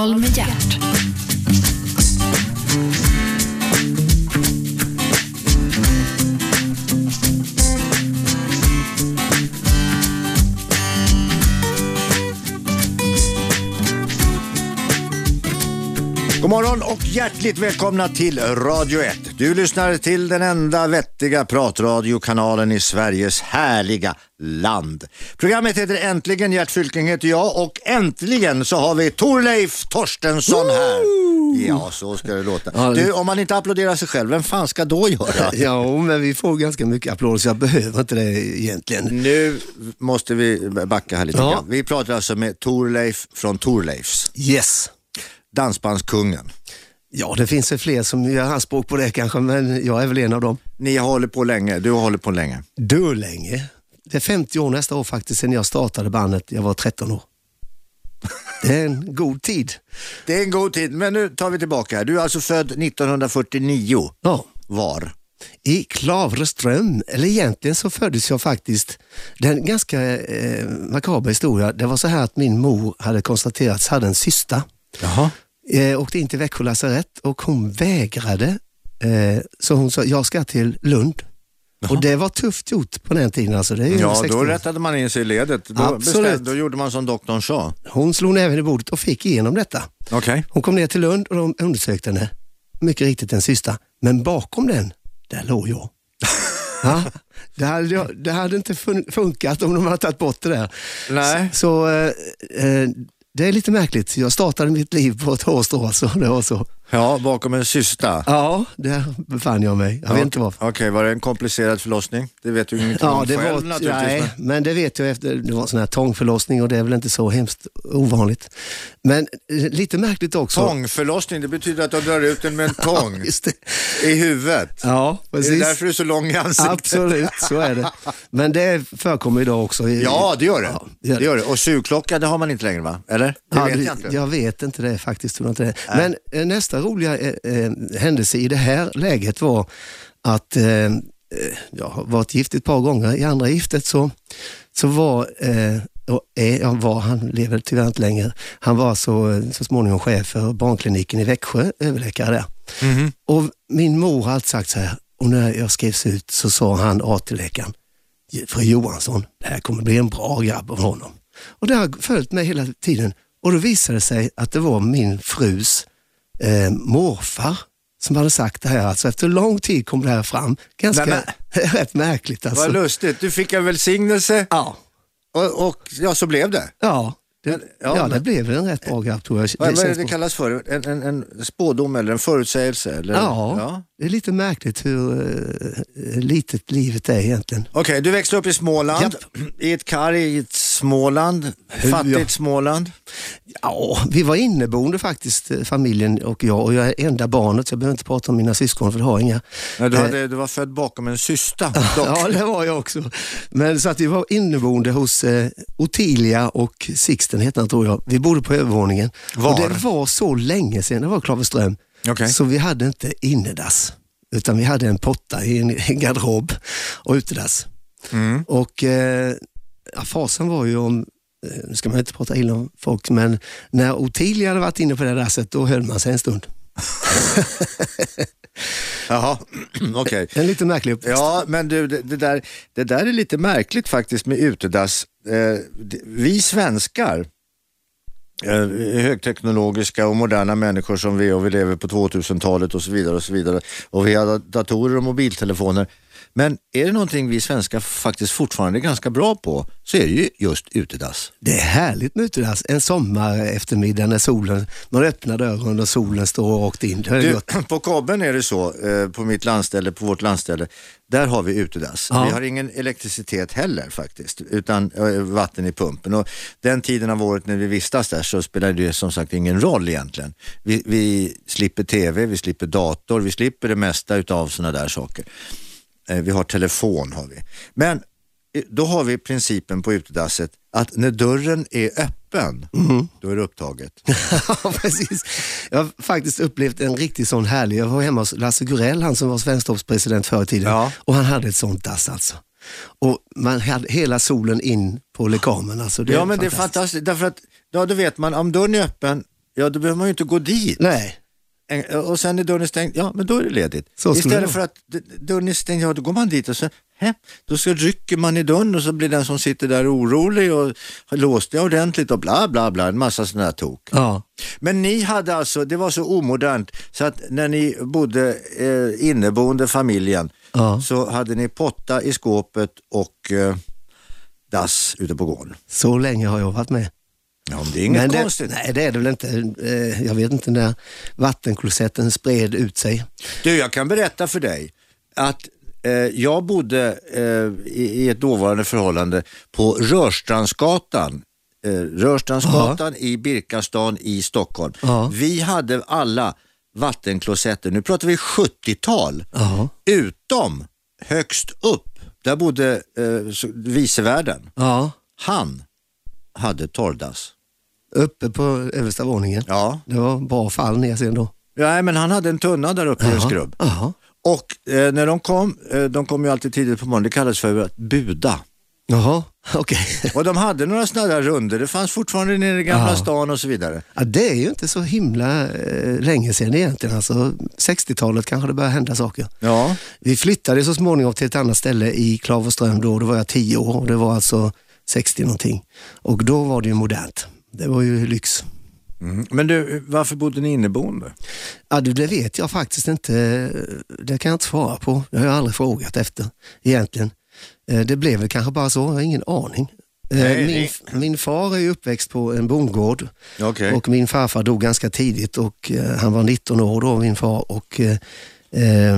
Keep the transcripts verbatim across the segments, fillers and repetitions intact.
Samtal med hjärt. God morgon och hjärtligt välkomna till Radio ett. Du lyssnar till den enda vettiga pratradiokanalen i Sveriges härliga land. Programmet heter Äntligen, Gert Fylking heter jag och äntligen så har vi Thorleif Torstensson här. Ja, så ska det låta. Ja, det... Du, om man inte applåderar sig själv, vem fan ska då göra? Ja, men vi får ganska mycket applåder så jag behöver inte det egentligen. Nu måste vi backa här lite ja. grann. Vi pratar alltså med Thorleif från Thorleifs. Yes. Dansbandskungen. Ja, det finns ju fler som gör anspråk på det kanske, men jag är väl en av dem. Ni har hållit på länge, du har hållit på länge. Du länge. Det är femtio år nästa år faktiskt sedan jag startade bandet, jag var tretton år. Det är en god tid. Det är en god tid, men nu tar vi tillbaka här. Du är alltså född nittonhundrafyrtionio. Ja. Var? I Klavreström, eller egentligen så föddes jag faktiskt, det är en ganska eh, makabra historia. Det var så här att min mor hade konstaterats hade en syster. Jaha. Eh, åkte in till Växjö lasarett och hon vägrade. Eh, så hon sa, jag ska till Lund. Jaha. Och det var tufft gjort på den tiden. Alltså. Det är ja, då rättade man in sig i ledet. Då, Absolut. Bestämde, då gjorde man som doktorn sa. Hon slog näven i bordet och fick igenom detta. Okay. Hon kom ner till Lund och de undersökte henne. Mycket riktigt en syster. Men bakom den, där låg jag. Ja, det, hade, det hade inte funkat om de hade tagit bort det där. Nej. Så, så eh, det är lite märkligt. Jag startade mitt liv på ett hårstrå, så det var så. Ja, bakom en syster. Ja, där befann jag mig. Jag ja, vet inte vad. Okej, okay, var det en komplicerad förlossning? Det vet du ingenting ja, om det själv var, naturligtvis. Nej, men... men det vet jag efter. Det var en sån här tångförlossning och det är väl inte så hemskt ovanligt. Men lite märkligt också. Tångförlossning, det betyder att du drar ut den med en tång. Ja, just det. I huvudet. Ja, precis. Det är därför du är så lång i ansiktet. Absolut, så är det. Men det förekommer idag också. I, ja, det gör det. Ja, det, gör det. det gör det. Och sugklocka, det har man inte längre, va? Eller? Det ja, vet det, jag inte. Jag vet inte det faktiskt. Tror inte det. Men eh, nästa roliga eh, eh, händelse i det här läget var att eh, jag har varit gift ett par gånger. I andra giftet så, så var, eh, och är, jag var, han lever tyvärr inte längre, han var så, så småningom chef för barnkliniken i Växjö, överläkare där. Mm-hmm. Och min mor har alltid sagt så här, och när jag skrevs ut så sa han A T-läkaren, fru Johansson, det här kommer bli en bra grabb av honom. Och det har följt mig hela tiden. Och då visade det sig att det var min frus eh, morfar som hade sagt det här. Alltså efter lång tid kom det här fram. Ganska Nej, men, rätt märkligt. Alltså. Vad lustigt. Du fick en välsignelse. Ja. Och, och ja, så blev det. Ja. Det, men, ja, ja men, det blev en rätt bra grabb, tror jag. Vad, vad är det det kallas för? En, en, en spådom eller en förutsägelse? Eller? Ja, ja, det är lite märkligt hur uh, litet livet är egentligen. Okej, okay, du växte upp i Småland. Japp. I ett kargt Småland. Hur, fattigt ja. Småland. Ja, vi var inneboende faktiskt, familjen och jag. Och jag är enda barnet, så jag behöver inte prata om mina syskon för det har inga. Nej, du, hade, du var född bakom en syster. Ja, det var jag också. Men så att vi var inneboende hos eh, Ottilia och Sixten heter han, tror jag. Vi bodde på övervåningen. Var? Och det var så länge sedan, det var Klavreström. Okay. Så vi hade inte innedass. Utan vi hade en potta i en, en garderob och utedass. Mm. Och eh, fasen var ju om, nu ska man inte prata illa om folk, men när Ottilia hade varit inne på det dasset, då höll man sig en stund. Jaha, okej. Okay. En lite märklig uppväxt. Ja, men du, det, det, där, det där är lite märkligt faktiskt med utedass. Eh, vi svenskar, eh, högteknologiska och moderna människor som vi, och vi lever på tvåtusentalet och så vidare och så vidare. Och vi har datorer och mobiltelefoner. Men är det någonting vi svenskar faktiskt fortfarande är ganska bra på, så är det ju just utedass. Det är härligt med utedass. En sommar eftermiddag när solen, man öppnar dörren och solen står och åkt in. Det är du, gott. På Kobben är det så, eh, på mitt landställe, på vårt landställe, där har vi utedass. Ja. Vi har ingen elektricitet heller faktiskt, utan eh, vatten i pumpen. Och den tiden av året när vi vistas där så spelar det som sagt ingen roll egentligen. Vi, vi slipper tv, vi slipper dator, vi slipper det mesta utav sådana där saker. Vi har telefon har vi. Men då har vi principen på utedasset att när dörren är öppen, mm. då är det upptaget. Ja, precis. Jag har faktiskt upplevt en riktigt sån härlig. Jag var hemma hos Lasse Gurell, han som var svensktoppspresident förr i tiden. Ja. Och han hade ett sånt dass alltså. Och man hade hela solen in på lekamen. Alltså, det ja, men det är fantastiskt. Därför att, ja, då vet man, om dörren är öppen, ja då behöver man ju inte gå dit. Nej. Och sen är dörren stängd, ja men då är det ledigt. Så istället för att dörren är stängd, ja då går man dit och så, hä? Då så rycker man i dörren och så blir den som sitter där orolig och har låst det ordentligt och bla bla bla, en massa sådana här tok. Ja. Men ni hade alltså, det var så omodernt så att när ni bodde eh, inneboende familjen ja. Så hade ni potta i skåpet och eh, dass ute på gården. Så länge har jag varit med. Ja, men det är inget men det, konstigt. Nej, det är det väl inte. Eh, jag vet inte när vattenklosetten spred ut sig. Du, jag kan berätta för dig att eh, jag bodde eh, i, i ett dåvarande förhållande på Rörstrandsgatan. Eh, Rörstrandsgatan Aha. i Birkastan i Stockholm. Aha. Vi hade alla vattenklosetter. Nu pratar vi sjuttiotal. Aha. Utom högst upp. Där bodde eh, vicevärden. Aha. Han hade torrdass. Uppe på översta våningen? Ja. Det var bra fall ner sen då. Ja, men han hade en tunna där uppe i en skrubb. Aha. Och eh, när de kom, eh, de kom ju alltid tidigt på morgonen, det kallades för att buda. Jaha, okej. Okay. Och de hade några sådana där runder, det fanns fortfarande nere i Gamla Aha. stan och så vidare. Ja, det är ju inte så himla eh, länge sedan egentligen, alltså sextiotalet kanske det började hända saker. Ja. Vi flyttade så småningom till ett annat ställe i Klaverström då, då var jag tio år och det var alltså sextio någonting. Och då var det ju modernt. Det var ju lyx. Mm. Men du, varför bodde ni inneboende? Ja, det vet jag faktiskt inte. Det kan jag inte svara på. Det har jag aldrig frågat efter egentligen. Det blev väl kanske bara så, jag har ingen aning. Nej, min, min far är ju uppväxt på en bondgård. Okay. Och min farfar dog ganska tidigt och han var nitton år då, min far. Och eh,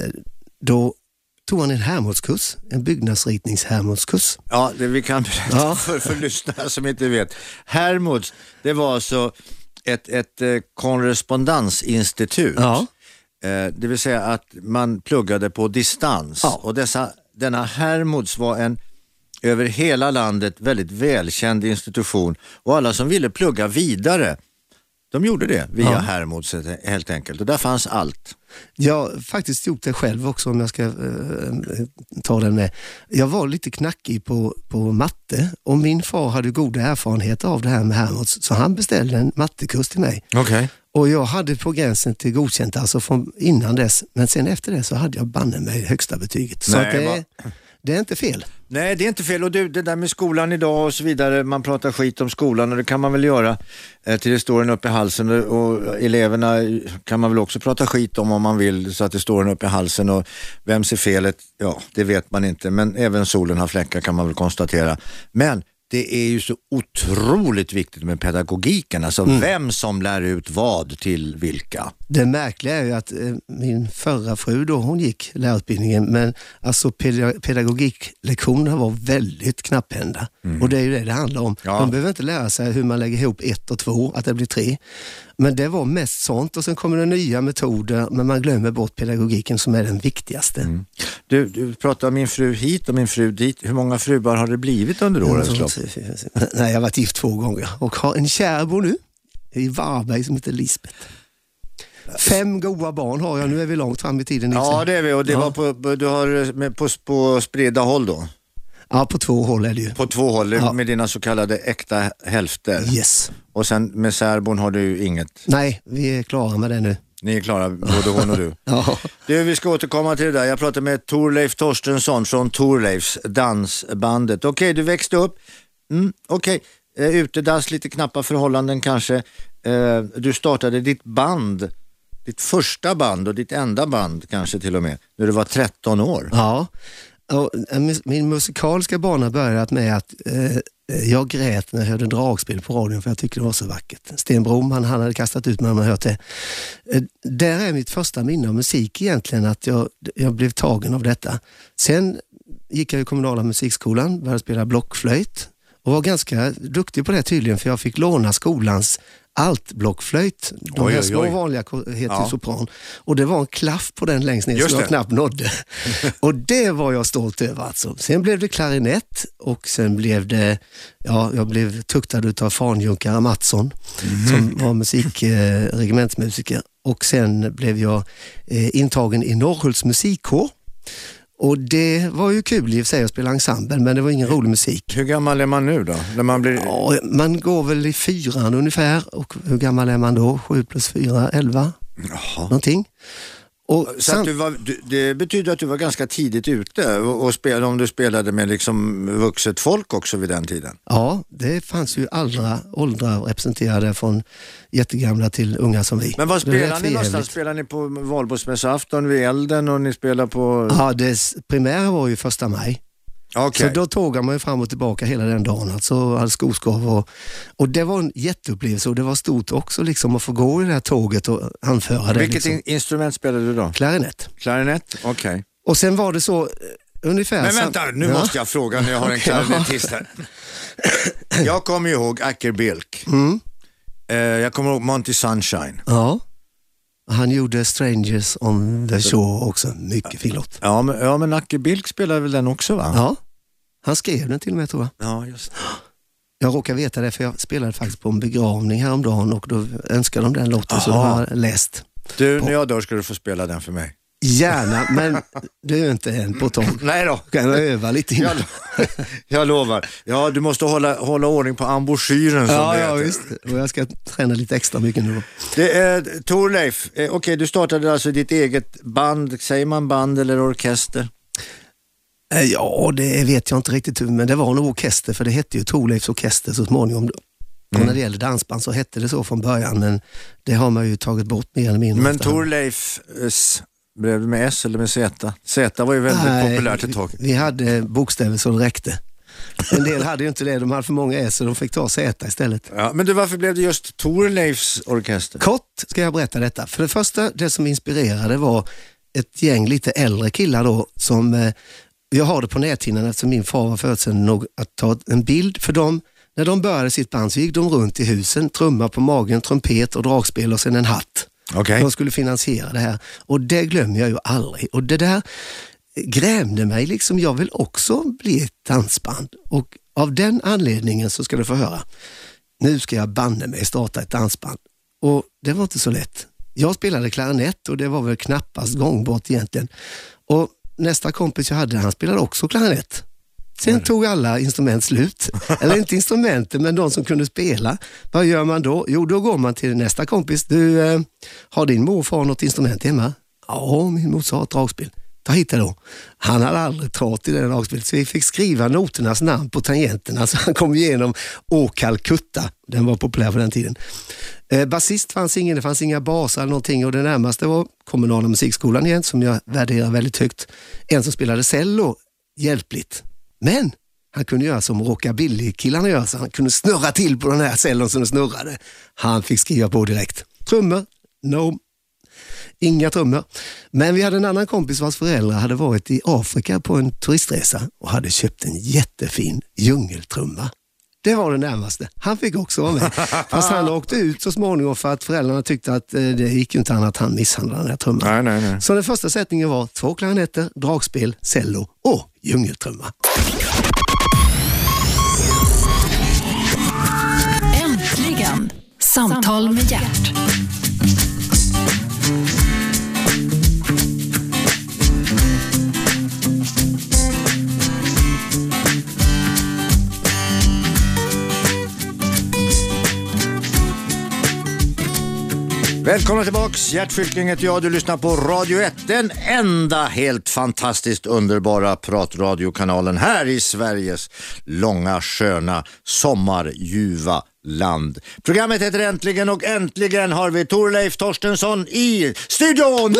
då tog han en Hermodskurs, en byggnadsritnings-Hermodskurs. Ja, det vi kan berätta ja. för, för lyssnare som inte vet. Hermods, det var alltså ett, ett eh, korrespondensinstitut. Ja. Eh, det vill säga att man pluggade på distans. Ja. Och dessa, denna Hermods var en över hela landet väldigt välkänd institution. Och alla som ville plugga vidare, de gjorde det via ja. Hermods helt enkelt. Och där fanns allt. Jag har faktiskt gjort det själv också om jag ska eh, ta den med. Jag var lite knackig på, på matte och min far hade goda erfarenheter av det här med Hermods så han beställde en mattekurs till mig. Okay. Och jag hade på gränsen till godkänt alltså från innan dess, men sen efter det så hade jag banne mig högsta betyget. Så Nej, att det, va? det är inte fel. Nej, det är inte fel. Och du, det där med skolan idag och så vidare, man pratar skit om skolan och det kan man väl göra eh, till det står en upp i halsen och, och eleverna kan man väl också prata skit om om man vill så att det står en upp i halsen och vem ser felet? Ja, det vet man inte, men även solen har fläckar kan man väl konstatera. Men det är ju så otroligt viktigt med pedagogiken, alltså mm. vem som lär ut vad till vilka. Det märkliga är ju att eh, min förra fru då, hon gick lärarutbildningen, men alltså ped- pedagogiklektionerna var väldigt knapphända. Mm. Och det är ju det det handlar om. Ja. De behöver inte lära sig hur man lägger ihop ett och två, att det blir tre. Men det var mest sånt och sen kommer det nya metoder, men man glömmer bort pedagogiken som är den viktigaste. Mm. Du, du pratar om min fru hit och min fru dit. Hur många fruar har det blivit under årens lopp? Nej, jag har varit gift två gånger och har en kärbo nu i Varberg som heter Lisbeth. Fem goda barn har jag, nu är vi långt fram i tiden. Ja, det är vi och det ja. var på, du har med, på, på spridda håll då? Ja, på två håll är det ju. På två håll, ja. Med dina så kallade äkta hälfter. Yes. Och sen med särbon har du inget? Nej, vi är klara med det nu. Ni är klara, både hon och du. Ja. Du, vi ska återkomma till det där. Jag pratade med Torleif Torstensson från Torleifs dansbandet. Okej, okay, du växte upp. Mm, Okej, okay. uh, utedass, lite knappa förhållanden kanske. Uh, du startade ditt band, ditt första band och ditt enda band kanske till och med, när du var tretton år. Ja, och min musikaliska bana började med att uh, jag grät när jag hörde dragspel på radion för jag tyckte det var så vackert. Sten Brom, han, han hade kastat ut mig när man hört det. Uh, där är mitt första minne av musik egentligen, att jag, jag blev tagen av detta. Sen gick jag i kommunala musikskolan, började spela blockflöjt och var ganska duktig på det tydligen, för jag fick låna skolans altblockflöjt. De oj, här små oj, oj. vanliga heter ja. sopran. Och det var en klaff på den längst ner Just som jag det. knappt nådde. Och det var jag stolt över alltså. Sen blev det klarinett och sen blev det, ja, jag blev tuktad utav fanjunkare Mattsson mm. som var musik, eh, regimentsmusiker. Och sen blev jag eh, intagen i Norrhults musikkår. Och det var ju kul i och för sig att spela ensemble, men det var ingen rolig musik. Hur gammal är man nu då? När man, blir... ja, man går väl i fyran ungefär. Och hur gammal är man då? Sju plus fyra, elva? Jaha. Någonting. Och så sen... att du var, du, det betyder att du var ganska tidigt ute och, och spelade, om du spelade med liksom vuxet folk också vid den tiden? Ja, det fanns ju alla åldrar representerade från jättegamla till unga som vi. Men vad spelar ni någonstans? Spelar ni på valborgsmässoafton vid elden och ni spelar på... Ja, det primära var ju första maj. Okay. Så då tågar man ju fram och tillbaka hela den dagen, alltså all skoskav och, och det var en jätteupplevelse och det var stort också liksom att få gå i det här tåget och anföra det. Vilket liksom. instrument spelade du då? Klarinett. Klarinett, okej. Okay. Och sen var det så ungefär... Men vänta, nu ja. måste jag fråga när jag har en klarinettist här. Jag kommer ihåg Acker Bilk. Mm. Uh, jag kommer ihåg Monty Sunshine. Ja. Han gjorde Strangers on the Shore också, mycket fin låt. Ja, men, ja, men Acker Bilk spelade väl den också, va? Ja, han skrev den till och med, tror jag. Ja, just det. Jag råkar veta det för jag spelade faktiskt på en begravning häromdagen och då önskade de den låten som jag har läst. Du, på. när jag dör ska du få spela den för mig. Gärna, men det är inte en på tåg. Nej då. Kan jag öva lite innan? Jag, jag lovar. Ja, du måste hålla, hålla ordning på embouchyren som ja, det ja, heter. visst. Och jag ska träna lite extra mycket nu. Det är Thorleif. Eh, Okej, okay, du startade alltså ditt eget band. Säger man band eller orkester? Ja, det vet jag inte riktigt, men det var nog orkester, för det hette ju Thorleifs orkester så småningom. Mm. Och när det gäller dansband så hette det så från början, men det har man ju tagit bort mer eller mindre. Men Thorleifs, blev det med S eller med Z? Z var ju väldigt Nej, populärt ett tag. Vi hade bokstäver så det räckte. En del hade ju inte det, de hade för många S så de fick ta Z istället. Ja, men du, varför blev det just Thorleifs orkester? Kort ska jag berätta detta. För det första, det som inspirerade var ett gäng lite äldre killar då som... Eh, jag har det på näthinnan eftersom min far var födseln nog att ta en bild för dem. När de började sitt band så gick de runt i husen, trumma på magen, trumpet och dragspel och sen en hatt. Okay. De skulle finansiera det här. Och det glömmer jag ju aldrig. Och det där grämde mig liksom, jag vill också bli ett dansband. Och av den anledningen så ska du få höra. Nu ska jag banne mig starta ett dansband. Och det var inte så lätt. Jag spelade klarinett och det var väl knappast gångbart egentligen. Och nästa kompis jag hade, han spelade också klarinett. Sen mm. tog alla instrument slut. Eller inte instrumenten, men de som kunde spela. Vad gör man då? Jo, då går man till nästa kompis. Du, eh, har din morfar något instrument hemma? Ja, min morfar har ett dragspel. Ta hit det då. Han hade aldrig tagit i det dragspelet, så vi fick skriva noternas namn på tangenterna. Så han kom igenom Å Calcutta. Den var populär på den tiden. Eh, basist fanns ingen, det fanns inga basar eller någonting, och det närmaste var kommunala musikskolan igen, som jag värderar väldigt högt. En som spelade cello, hjälpligt. Men han kunde göra som rockabilly-killarna gör, så han kunde snurra till på den här cellon som den snurrade. Han fick skriva på direkt. Trummor? No. Inga trummor. Men vi hade en annan kompis vars föräldrar hade varit i Afrika på en turistresa och hade köpt en jättefin djungeltrumma. Det var det närmaste. Han fick också vara med. Fast han åkte ut så småningom för att föräldrarna tyckte att det gick ju inte annat att han misshandlade den här trumman. Nej, nej, nej. Så den första sättningen var två klarinetter, dragspel, cello och djungeltrumma. Äntligen! Samtal med Gert. Välkomna tillbaks, Gert Fylking heter jag, du lyssnar på Radio ett, den enda helt fantastiskt underbara pratradiokanalen här i Sveriges långa, sköna, sommarljuva land. Programmet heter Äntligen och äntligen har vi Thorleif Torstensson i studion!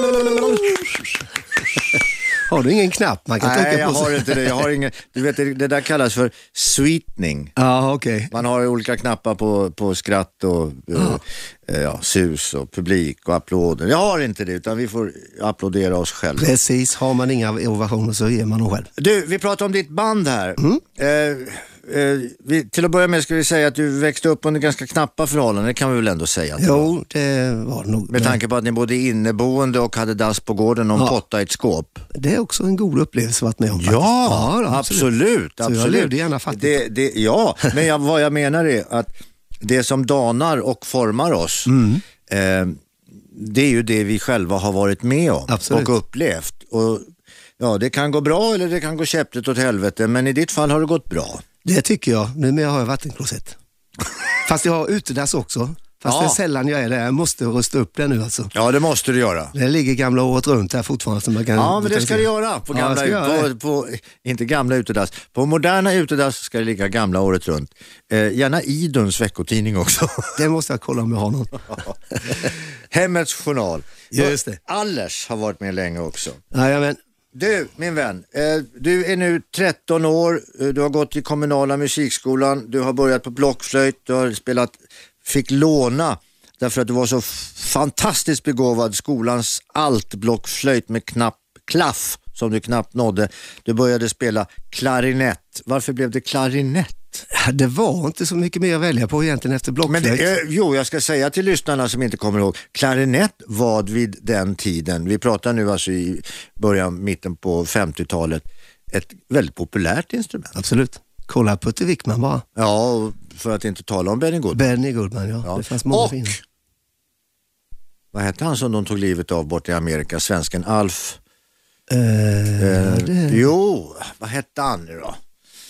Har du ingen knapp man kan Nej, trycka på? Nej, jag har inte det. Jag har ingen, du vet, det där kallas för sweetening. Ja, okej. Okay. Man har olika knappar på, på skratt och ja. Ja, sus och publik och applåder. Jag har inte det, utan vi får applådera oss själva. Precis, har man inga ovationer så ger man nog själv. Du, vi pratar om ditt band här. Mm. Eh, eh, vi, till att börja med ska vi säga att du växte upp under ganska knappa förhållanden, det kan vi väl ändå säga. Jo, det var det nog. Med tanke på att ni bodde inneboende och hade dass på gården och en ja. potta i ett skåp. Det är också en god upplevelse varit med om. Ja, ja då, absolut. absolut. Så jag levde gärna fattigt. Det, det, ja, men jag, vad jag menar är att det som danar och formar oss, mm. eh, det är ju det vi själva har varit med om. Absolut. Och upplevt. Och Ja, det kan gå bra eller det kan gå käppligt åt helvete, men i ditt fall har det gått bra. Det tycker jag. Nu har jag vattenklosett. Fast jag har utedass också. Fast Ja. det är sällan jag är där. Jag måste rusta upp det nu alltså. Ja, det måste du göra. Det ligger gamla året runt här fortfarande. Som man kan Ja, men det ska du göra. På Ja, gamla, jag ska göra på, det. på, inte gamla utedass. På moderna utedass ska det ligga gamla året runt. Eh, gärna Iduns veckotidning också. Det måste jag kolla om jag har någon. Hemmets journal. Just det. Allers har varit med länge också. Jajamän. Du, min vän, eh, du är nu tretton år, eh, du har gått i kommunala musikskolan, du har börjat på blockflöjt, du har spelat, fick låna därför att du var så f- fantastiskt begåvad, skolans altblockflöjt med knapp klaff som du knappt nådde. Du började spela klarinett. Varför blev det klarinett? Det var inte så mycket mer att välja på egentligen efter Men blockflöjt. det, är- jo, jag ska säga till lyssnarna som inte kommer ihåg, klarinett var vid den tiden, vi pratar nu alltså i början, mitten på femtiotalet, ett väldigt populärt instrument. Absolut. Kolla Putte Wickman bara. Ja, och för att inte tala om Benny Goodman. Benny Goodman, ja. Ja. Det fanns många Och, fina. vad hette han som de tog livet av bort i Amerika, svensken Alf? Eh, Eh, det... Jo, vad hette han nu då?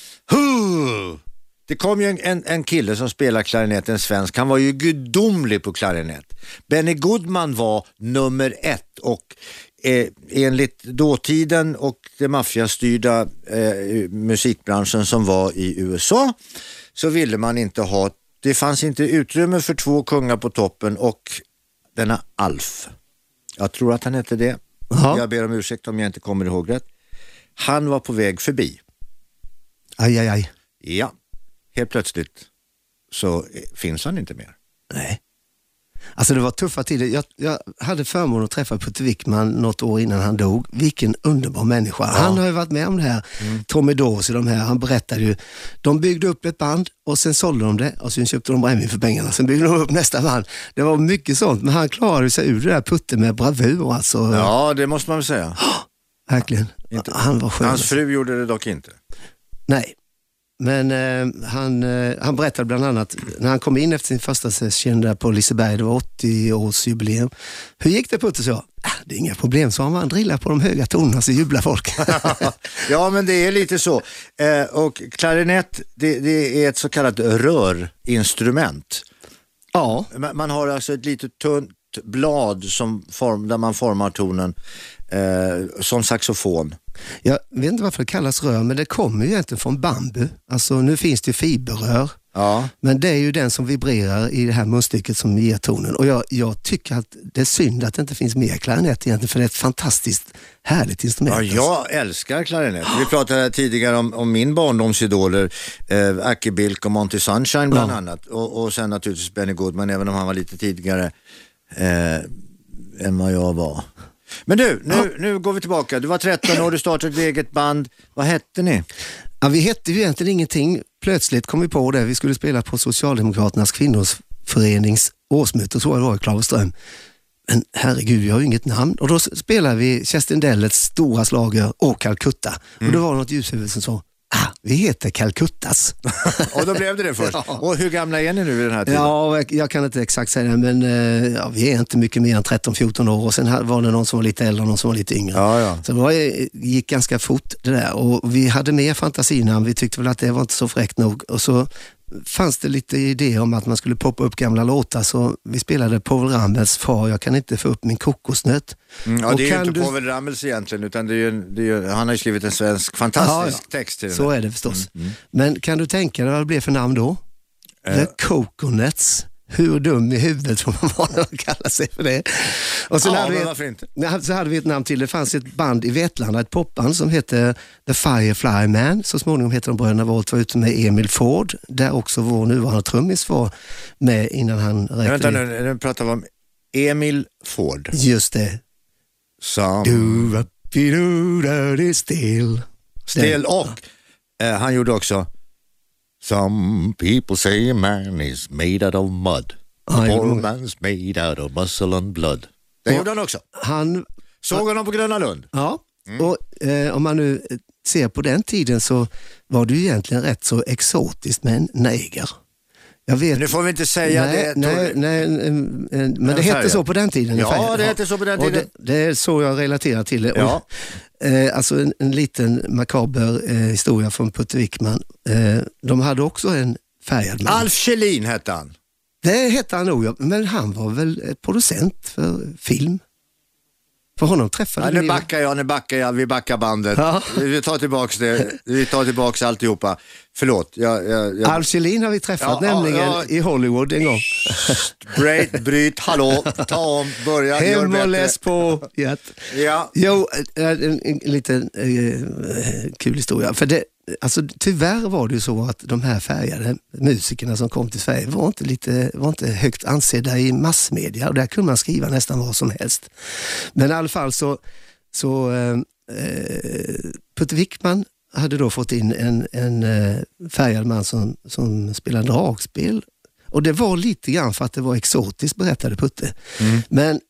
Huh! Det kom ju en, en, en kille som spelar klarinett, en svensk. Han var ju gudomlig på klarinett. Benny Goodman var nummer ett och eh, enligt dåtiden och det maffiastyrda eh, musikbranschen som var i U S A så ville man inte ha, det fanns inte utrymme för två kungar på toppen och denna Alf. Jag tror att han hette det. Jaha. Jag ber om ursäkt om jag inte kommer ihåg rätt. Han var på väg förbi. Aj, aj, aj. Ja, helt plötsligt så eh, finns han inte mer. Nej. Alltså det var tuffa tider. Jag, jag hade förmånen att träffa Putte Wickman något år innan han dog. Vilken underbar människa. Ja. Han har ju varit med om det här. Mm. Tommy Dorsey, de här, han berättade ju. De byggde upp ett band och sen sålde de det och sen köpte de brännvin för pengarna. Sen byggde de upp nästa band. Det var mycket sånt, men han klarade sig ur det där Putte med bravur alltså. Ja, det måste man väl säga. Verkligen. Inte. Han var skön. Hans fru gjorde det dock inte. Nej. Men eh, han, eh, han berättade bland annat när han kom in efter sin första session där på Liseberg, det var åttio-årsjubileum. Hur gick det Putte, så? Ah, det är inga problem, så han var drillar på de höga tonerna så jublar folk. Ja, men det är lite så. Eh, och klarinett, det, det är ett så kallat rörinstrument. Ja. Man, man har alltså ett litet tunt blad som form, där man formar tonen eh, som saxofon. Jag vet inte varför det kallas rör, men det kommer ju egentligen från bambu. Alltså nu finns det ju fiberrör. Ja. Men det är ju den som vibrerar i det här munstycket som ger tonen. Och jag, jag tycker att det är synd att det inte finns mer klarinett egentligen, för det är ett fantastiskt härligt instrument. Ja, jag älskar klarinett. Vi pratade tidigare om, om min barndomsidoler, eh, Aki Bilk och Monty Sunshine bland Ja. annat. Och, och sen naturligtvis Benny Goodman, även om han var lite tidigare eh, än vad jag var. Men du, nu, Ja. nu går vi tillbaka. Du var tretton år, du startade ett eget band. Vad hette ni? Ja, vi hette ju egentligen ingenting. Plötsligt kom vi på det. Vi skulle spela på Socialdemokraternas kvinnors årsmöte, så det var i Klaverström. Men herregud, vi har ju inget namn. Och då spelade vi Kerstin Dellets stora slager och Calcutta. Mm. Och då var det något ljushuvud som sa, ah, vi heter Calcuttas. Och då blev det det först. Ja. Och hur gamla är ni nu i den här tiden? Ja, jag, jag kan inte exakt säga det, men eh, ja, vi är inte mycket mer än tretton fjorton år. Och sen var det någon som var lite äldre och någon som var lite yngre. Ja, ja. Så det var, gick ganska fort det där. Och vi hade mer fantasinamn. Vi tyckte väl att det var inte så fräckt nog. Och så fanns det lite idé om att man skulle poppa upp gamla låtar, så vi spelade Povel Ramels Far, jag kan inte få upp min kokosnöt. Mm, ja, och det är ju inte du... Povel Ramels egentligen, utan det är ju, det är ju, han har ju skrivit en svensk fantastisk ja, ja. text till den. Så är det förstås. Mm, mm. Men kan du tänka dig vad det blev för namn då? Uh. The Coconuts. Hur dum i huvudet får man vara när de kallar sig för det. Och så, ja, hade vi varför inte? ett, så hade vi ett namn till. Det fanns ett band i Vetlanda, ett popband som hette The Firefly Man. Så småningom heter de Bröderna Volt, var ute med Emil Ford, där också vår nuvarande trummis var med innan han räckte. Vänta nu, nu pratar vi om Emil Ford. Just det. Som... Do, do, do, do, still. Still och eh, han gjorde också Some people say a man is made out of mud. A Ah, poor jo. man's made out of muscle and blood. Det Och gjorde han också. Han, Såg honom på Gröna Lund. ja, och eh, om man nu ser på den tiden så var det ju egentligen rätt så exotiskt med en neger. Jag vet, Men nu får vi inte säga nej, det. nej, nej, men det En hette färja. så på den tiden. en Ja, färja. det hette så på den Och tiden. det, det är så jag relaterar till det. Ja. Och eh, alltså en, en liten makaber eh, historia från Putte Wickman. Eh, de hade också en färgad man. Alf Kjellin hette han. Det hette han nog, ja. Men han var väl producent för film. För honom träffade ja, vi... Nu backar jag, nu backar jag, vi backar bandet. Ja. Vi tar tillbaks det, vi tar tillbaks alltihopa. Förlåt. Jag, jag, jag... Alf Kjellin har vi träffat ja, nämligen ja, ja. i Hollywood en gång. Break, bryt, hallå, ta om, börja, Hem gör och bättre. läs på. Ja. Jo, en, en, en liten eh, kul historia. För det, alltså, tyvärr var det ju så att de här färgade musikerna som kom till Sverige var inte, lite, var inte högt ansedda i massmedia, och där kunde man skriva nästan vad som helst. Men i alla fall så, så eh, Putte Wickman hade då fått in en, en eh, färgad man som, som spelade dragspel. Och det var lite grann för att det var exotiskt, berättade Putte. Mm. Men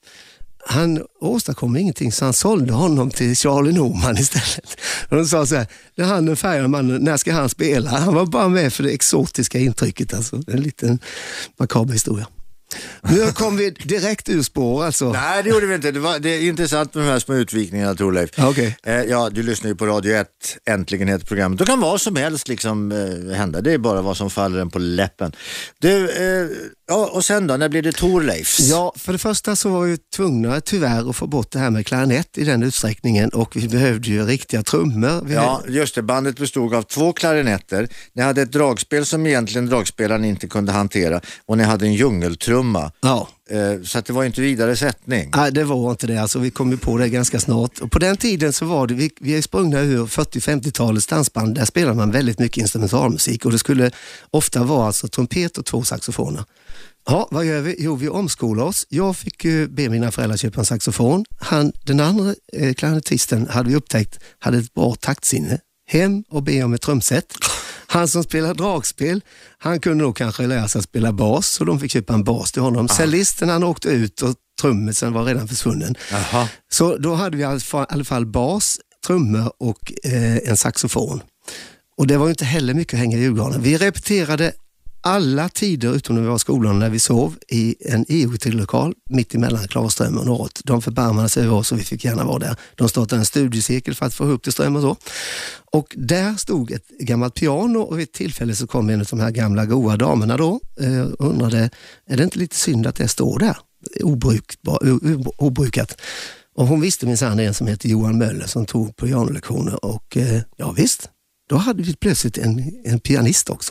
han åstadkom ingenting, så han sålde honom till Charlie Norman istället. Och de sa så här, det är han den färgade mannen, när ska han spela? Han var bara med för det exotiska intrycket, alltså. En liten makaber historia. Nu kom vi direkt ur spår alltså. Nej, det gjorde vi inte. Det, var, det är intressant med de här små utvikningarna, tror Leif. Okay. Eh, ja, du lyssnar ju på Radio ett, äntligen heter programmet. Då kan vad som helst liksom eh, hända. Det är bara vad som faller en på läppen. Du, eh, ja, och sen då, när blir det Thorleifs? Ja, för det första så var vi tvungna tyvärr att få bort det här med klarinett i den utsträckningen, och vi behövde ju riktiga trummor. Vi ja, just det. Bandet bestod av två klarinetter. Ni hade ett dragspel som egentligen dragspelaren inte kunde hantera, och ni hade en djungeltrumma. Ja. Så att det var inte vidare sättning. Nej, det var inte det. Alltså, vi kom ju på det ganska snart. Och på den tiden så var det, vi, vi är sprungna ur fyrtio-femtiotalets dansband. Där spelade man väldigt mycket instrumentalmusik, och det skulle ofta vara alltså trumpet och två saxofoner. Ja, vad gör vi? Jo, vi omskolar oss. Jag fick ju be mina föräldrar köpa en saxofon. Han, den andra eh, klarinettisten hade vi upptäckt hade ett bra taktsinne. Hem och be om ett trumset. Han som spelar dragspel, han kunde nog kanske lära sig att spela bas, så de fick köpa en bas till honom. Cellisten, han åkte ut och trummisen var redan försvunnen. Aha. Så då hade vi i alla fall, i alla fall bas, trummor och eh, en saxofon. Och det var ju inte heller mycket att hänga i julgranen. Vi repeterade alla tider utom när vi var i skolan, när vi sov i en I O T-lokal mitt emellan Klarström och Norrort. De förbarmade sig över oss och vi fick gärna vara där. De startade en studiecirkel för att få ihop till ström och så. Och där stod ett gammalt piano, och vid ett tillfälle så kom en av de här gamla goa damerna då eh, och undrade, är det inte lite synd att det står där? Obrukbar, obrukat. Och hon visste minsann en som heter Johan Möller som tog pianolektioner, och eh, ja visst, då hade vi plötsligt en, en pianist också.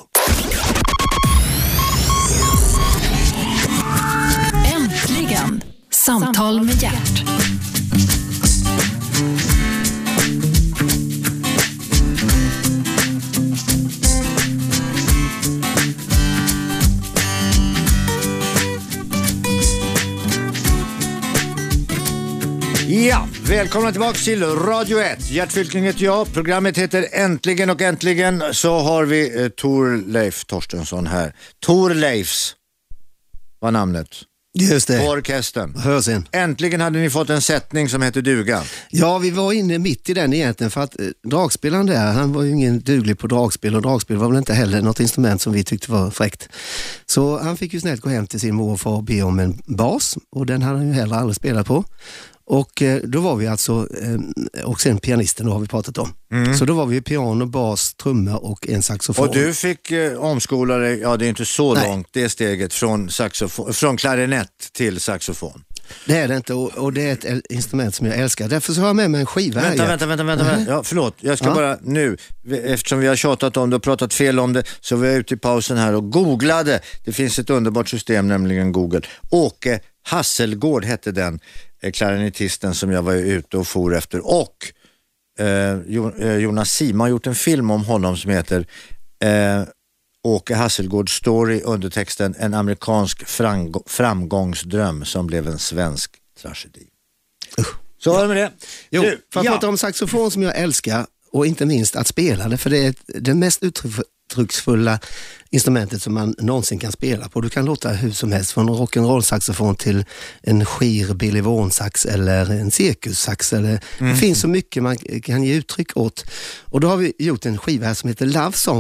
Äntligen, Samtal med Gert. Ja, välkomna tillbaka till Radio ett. Gert Fylking heter jag. Programmet heter Äntligen, och äntligen så har vi eh, Thorleif Torstensson här. Thorleifs var namnet. Just det. På orkestern. Hörsen. Äntligen hade ni fått en sättning som heter duga. Ja, vi var inne mitt i den egentligen, för att eh, dragspelaren där, han var ju ingen duglig på dragspel, och dragspel var väl inte heller något instrument som vi tyckte var fräckt. Så han fick ju snällt gå hem till sin mor och far och be om en bas, och den hade han ju heller aldrig spelat på. Och eh, då var vi alltså, eh, och sen pianisten då har vi pratat om. Mm. Så då var vi piano, bas, trummor och en saxofon. Och du fick eh, omskola dig, ja det är inte så Nej. långt det steget från, saxofon, från klarinett till saxofon. Det är det inte, och, och det är ett instrument som jag älskar. Därför så har jag med mig en skiva. Vänta, här. vänta, vänta, vänta, vänta. Mm. Ja, förlåt. Jag ska ja. bara nu, eftersom vi har tjatat om det och pratat fel om det, så var jag ute i pausen här och googlade. Det finns ett underbart system, nämligen Google. Åke Hasselgård hette den klarinettisten som jag var ute och for efter. Och eh, Jonas Sima har gjort en film om honom som heter eh, Åke Hasselgård Story, undertexten En amerikansk framg- framgångsdröm som blev en svensk tragedi. Uh, Så var det med det. Jo, nu, för att ja. prata om saxofon som jag älskar, och inte minst att spela det, för det är det mest uttrycksfulla instrumentet som man någonsin kan spela på. Du kan låta hur som helst, från rock'n'roll-saxofon till en skir Billy Vaughan-sax eller en cirkussax. Eller, mm. Det finns så mycket man kan ge uttryck åt. Och då har vi gjort en skiva här som heter Love Songs.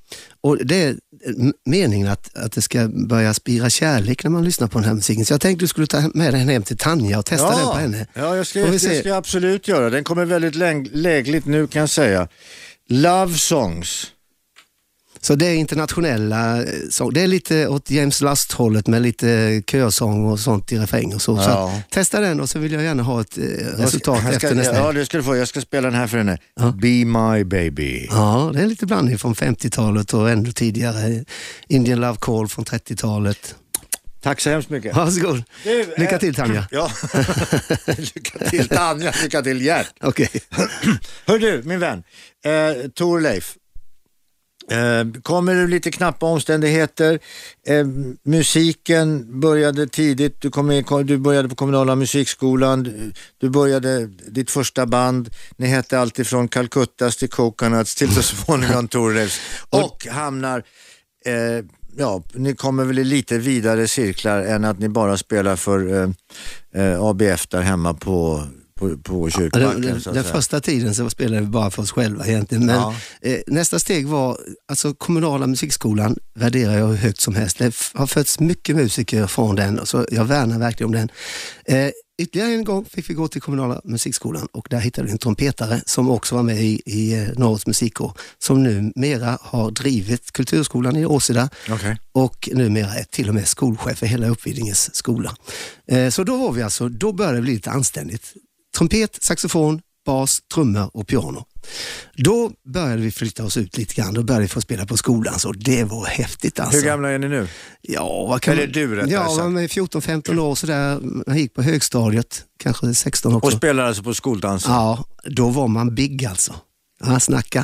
Och det är meningen att, att det ska börja spira kärlek när man lyssnar på den här musiken. Så jag tänkte du skulle ta med den hem till Tanja och testa ja. den på henne. Ja, jag ska, det ska jag absolut göra. Den kommer väldigt läng- lägligt nu kan jag säga. Love Songs. Så det är internationella sång. Det är lite åt James Last-hållet med lite körsång och sånt i refräng och så. Ja. Så testa den och så vill jag gärna ha ett resultat ska, efter nästa. Ja, det ska du få. Jag ska spela den här för henne. Ja. Be My Baby. Ja, det är lite blandning från femtiotalet och ännu tidigare. Indian Love Call från trettiotalet. Tack så hemskt mycket. Varsågod. Du, lycka till Tanja. Ja, lycka till Tanja, lycka till Gert. Okej. Hör du, min vän. Eh, Tor Leif. Eh, kommer du lite knappa omständigheter. Eh, musiken började tidigt. Du, kom in, du började på kommunala musikskolan. Du, du började ditt första band. Ni hette alltid från Calcuttas till Coconuts till så småningom Tor Leif. Och hamnar... Eh, Ja, ni kommer väl i lite vidare cirklar än att ni bara spelar för eh, A B F där hemma på, på, på kyrkbacken. Ja, den den, den första tiden så spelade vi bara för oss själva egentligen. Men ja. eh, nästa steg var, alltså kommunala musikskolan värderar jag hur högt som helst. Det har fötts mycket musiker från den och så jag värnar verkligen om den. Eh, Ytterligare en gång fick vi gå till kommunala musikskolan och där hittade vi en trumpetare som också var med i, i Norrlands musikkår som numera har drivit kulturskolan i Åseda okay. och numera är till och med skolchef för hela Uppvidinges skola. Eh, så då var vi alltså, då började det bli lite anständigt. Trumpet, saxofon, bas, trummor och piano. Då började vi flytta oss ut lite grann. Då började vi få spela på skolan. Så det var häftigt alltså. Hur gamla är ni nu? Ja, vad kan Eller du rättare Ja, sagt. jag var fjorton femton år sådär. Jag gick på högstadiet. Kanske sexton också. Och spelade alltså på skoldansen? Ja, då var man big alltså. Ja, snacka.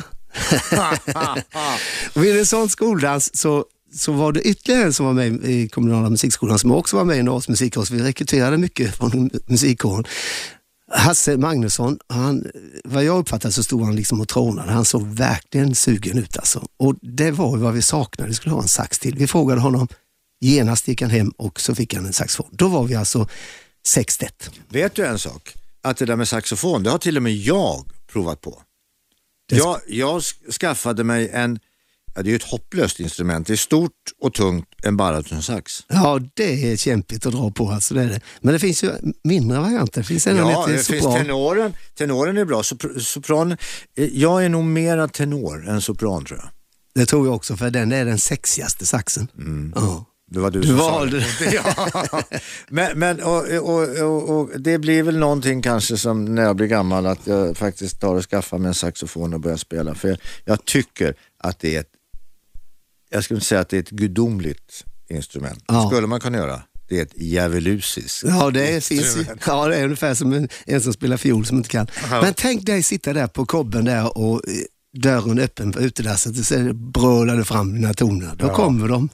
Och vid en sån skoldans så så var det ytterligare en som var med i kommunala musikskolan som också var med i Norrlands musikkår. Så vi rekryterade mycket från musikkåren. Hasse Magnusson, han, vad jag uppfattade så stod han liksom och trånade. Han såg verkligen sugen ut alltså. Och det var vad vi saknade. Vi skulle ha en sax till. Vi frågade honom, genast gick han hem och så fick han en saxofon. Då var vi alltså sextet. Vet du en sak? Att det där med saxofon, det har till och med jag provat på. Jag, jag skaffade mig en, ja, det är ju ett hopplöst instrument. Det är stort och tungt, en baratonsax. Ja, det är kämpigt att dra på. Alltså det är det. Men det finns ju mindre varianter. Det finns en ja, det sopran. finns tenoren. Tenoren är bra. Sopr- sopran, jag är nog mera tenor än sopran tror jag. Det tror jag också, för den är den sexigaste saxen. Mm. Ja. Det var du, du som valde sa det. Ja. Men, men och, och, och, och det blir väl någonting kanske som när jag blir gammal att jag faktiskt tar och skaffar mig en saxofon och börjar spela. För jag, jag tycker att det är ett, jag skulle inte säga att det är ett gudomligt instrument. Ja. Skulle man kunna göra. Det är ett djävulusiskt. Ja, det finns ju. Ja, det är ungefär som en, en som spelar fiol som inte kan. Ja. Men tänk dig sitta där på kobben där och dörren öppen på utedasset och så brölar du fram dina toner. Då ja. kommer de.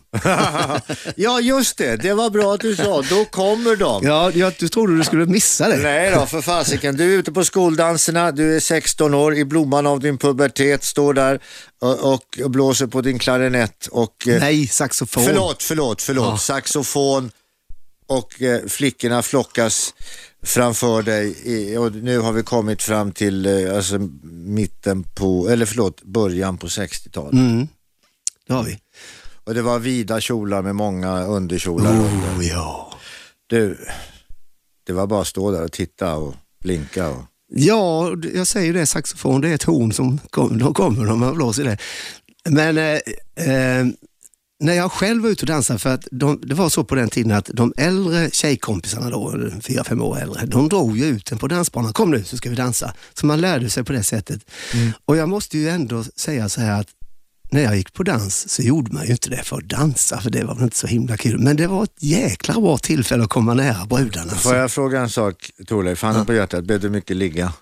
Ja, just det. Det var bra att du sa. Då kommer de. Ja, jag, du trodde du skulle missa det. Nej då, för fasiken. Du är ute på skoldanserna. Du är sexton år. I blomman av din pubertet står där och, och blåser på din klarinett. Och, nej, saxofon. Förlåt, förlåt, förlåt. Ja. Saxofon och eh, flickorna flockas framför dig i, och nu har vi kommit fram till eh, alltså mitten på, eller förlåt, början på sextiotalet. Mm. Det har vi. Och det var vida kjolar med många underkjolar. Oh, under. Ja. Du, det var bara att stå där och titta och blinka. Och... Ja, jag säger det, saxofon, det är ett horn som kom, de kommer när man blåser det. Men eh, eh, när jag själv var ute och dansade, för att de, det var så på den tiden att de äldre tjejkompisarna då, fyra, fem år äldre, de drog ju ut en på dansbanan. Kom nu så ska vi dansa. Så man lärde sig på det sättet. Mm. Och jag måste ju ändå säga så här att när jag gick på dans så gjorde man ju inte det för att dansa, för det var väl inte så himla kul. Men det var ett jäkla bra tillfälle att komma nära brudarna. Får jag fråga en sak, Torleif? Handen på hjärtat, blev du mycket ligga?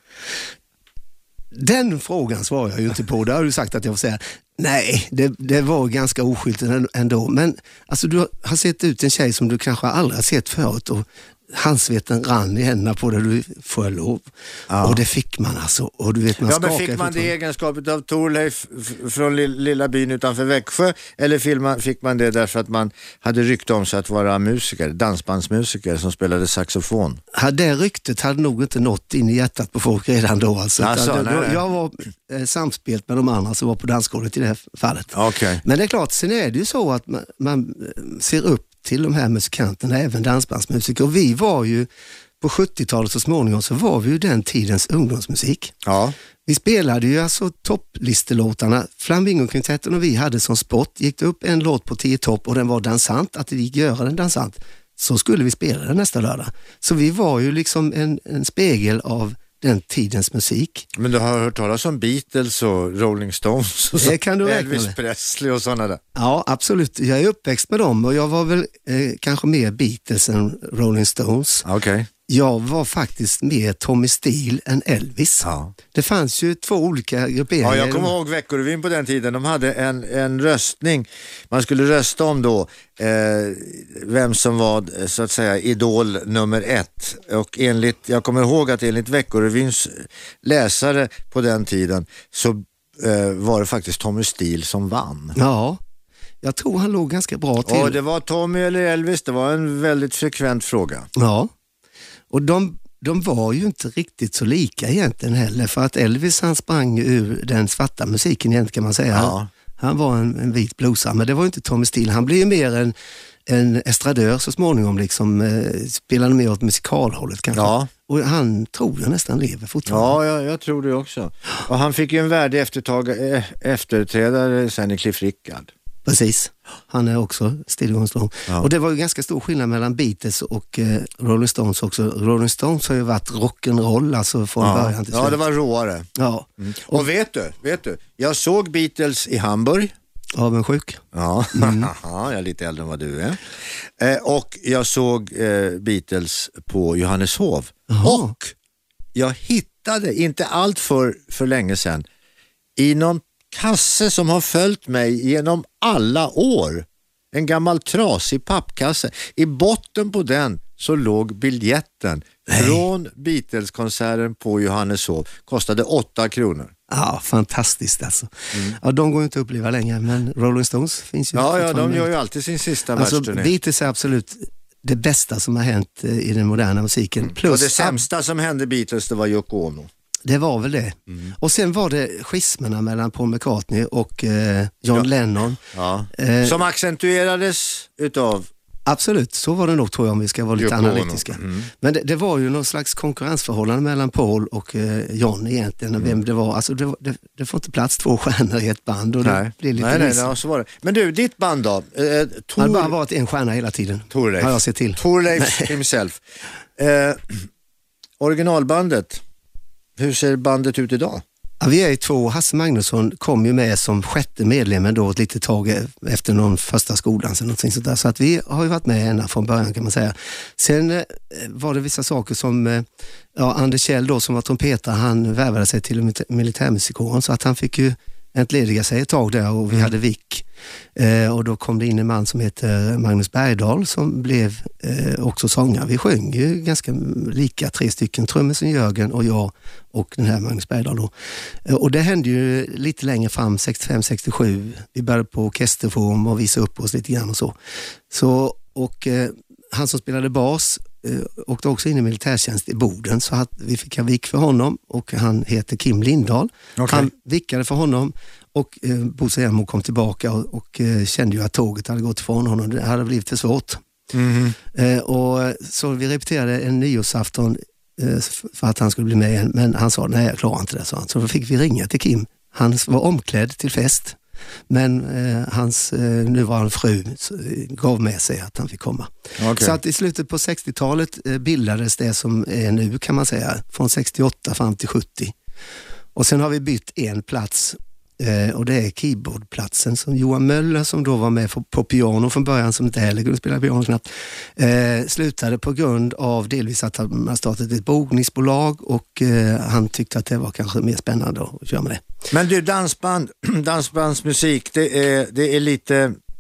Den frågan svarar jag ju inte på. Det har du sagt att jag får säga. Nej, det, det var ganska oskyldigt ändå. Men alltså, du har sett ut en tjej som du kanske aldrig har sett förut. Och handsveten rann i händerna på det, du får lov. Ja. Och det fick man alltså. Och du vet, man ja, men fick man det i egenskapet av Thorleif f- från lilla byn utanför Växjö, eller fick man, fick man det därför att man hade rykte om sig att vara musiker, dansbandsmusiker som spelade saxofon? Ja, det ryktet hade nog inte nått in i hjärtat på folk redan då. Alltså. Alltså, det, nej, nej. Jag var eh, samspelt med de andra som var på dansgolvet i det här fallet. Okay. Men det är klart, sen är det ju så att man, man ser upp till de här musikanterna, även dansbandsmusiker. Och vi var ju på sjuttiotalet så småningom, så var vi ju den tidens ungdomsmusik. Ja. Vi spelade ju alltså topplistelåtarna. Flamingokvintetten och vi hade som sport, gick det upp en låt på tio topp och den var dansant, att det gick göra den dansant, så skulle vi spela den nästa lördag. Så vi var ju liksom en, en spegel av den tidens musik. Men du har hört talas om Beatles och Rolling Stones och så, det kan du Elvis med. Presley och sådana där? Ja, absolut. Jag är uppväxt med dem och jag var väl eh, kanske mer Beatles än Rolling Stones. Okej. Okay. Jag var faktiskt mer Tommy Steele än Elvis. Ja. Det fanns ju två olika grupperingar. Ja, jag kommer ihåg Veckorevyn på den tiden. De hade en, en röstning. Man skulle rösta om då eh, vem som var så att säga idol nummer ett. Och enligt, jag kommer ihåg att enligt Veckorevyns läsare på den tiden så eh, var det faktiskt Tommy Steele som vann. Ja, jag tror han låg ganska bra till. Ja, det var Tommy eller Elvis. Det var en väldigt frekvent fråga. Ja. Och de, de var ju inte riktigt så lika egentligen heller, för att Elvis, han sprang ur den svarta musiken egentligen, kan man säga. Ja. Han var en, en vit bluesare, men det var ju inte Tommy Steele. Han blev ju mer en, en estradör så småningom, liksom, eh, spelade mer åt musikalhållet kanske. Ja. Och han tror jag nästan lever fortfarande. Ja, jag, jag tror det också. Och han fick ju en värdig eftertag, eh, efterträdare sen i Cliff Richard. Precis, han är också stillgångsstrong. Ja. Och det var ju ganska stor skillnad mellan Beatles och eh, Rolling Stones också. Rolling Stones har ju varit rock'n'roll alltså från ja. början till slut. Ja, det var råare. Ja. Mm. Och, och vet du, vet du, jag såg Beatles i Hamburg. Avundsjuk. Ja, mm. Jag är lite äldre än vad du är. Eh, och jag såg eh, Beatles på Johanneshov. Aha. Och jag hittade, inte allt för, för länge sedan, i någon kasse som har följt mig genom alla år. En gammal trasig pappkasse. I botten på den så låg biljetten Nej. från Beatles-konserten på Johanneshov. Kostade åtta kronor. Ja, fantastiskt alltså. Mm. Ja, de går inte att uppleva längre, men Rolling Stones finns ju. Ja, ja, de gör ju alltid sin sista alltså, världsturné. Beatles är absolut det bästa som har hänt i den moderna musiken. Mm. Plus, och det sämsta som hände Beatles, det var Yoko Ono. Det var väl det. Mm. Och sen var det schismerna mellan Paul McCartney och eh, John ja. Lennon. Ja. Eh, som accentuerades utav... Absolut, så var det nog, tror jag, om vi ska vara lite Yoko analytiska. Mm. Men det, det var ju någon slags konkurrensförhållande mellan Paul och eh, John egentligen. Mm. Vem det var. Alltså det, det, det får inte plats två stjärnor i ett band. Och nej, det blir lite nej, nej, nej, så var det. Men du, ditt band då? Eh, Tor... Det har bara varit en stjärna hela tiden. Thorleif. Har jag sett till. Thorleif himself. Eh, originalbandet. Hur ser bandet ut idag? Ja, vi är två. Hasse Magnusson kom ju med som sjätte medlemmen då ett litet tag efter någon första skolan så, någonting sånt där. Så att vi har ju varit med ända från början, kan man säga. Sen eh, var det vissa saker som eh, ja, Anders Kjell då, som var trumpetare, han värvade sig till militärmusikåren, så att han fick ju entlediga sig ett tag där, och vi mm. hade Vick. Eh, och då kom det in en man som heter Magnus Bergdahl som blev eh, också sångare. Vi sjöng ju ganska lika, tre stycken, trummisen Jörgen och jag och den här Magnus Bergdahl då. Eh, och det hände ju lite längre fram, sextiofem sextiosju. Vi började på orkesterform och visa upp oss lite grann och så. Så och eh, han som spelade bas eh, åkte också in i militärtjänst i Boden, så att vi fick ha vik för honom, och han heter Kim Lindahl. Okay. Han vickade för honom. Och eh, Bosse Jämmo kom tillbaka och, och eh, kände ju att tåget hade gått ifrån honom. Det hade blivit för svårt. Mm. Eh, och så vi repeterade en nyårsafton eh, för att han skulle bli med igen. Men han sa, nej, jag klarar inte det, sa han. Så då fick vi ringa till Kim. Han var omklädd till fest. Men eh, hans eh, nuvarande fru eh, gav med sig att han fick komma. Okay. Så att i slutet på sextiotalet eh, bildades det som är nu, kan man säga. Från sextioåtta fram till sjuttio. Och sen har vi bytt en plats. Eh, och det är keyboardplatsen som Johan Möller, som då var med på, på piano från början, som inte heller kunde spela piano knappt, eh, slutade på grund av delvis att han startat ett bogningsbolag, och eh, han tyckte att det var kanske mer spännande att köra med det. Men du, dansband, dansbandsmusik, det är, det är lite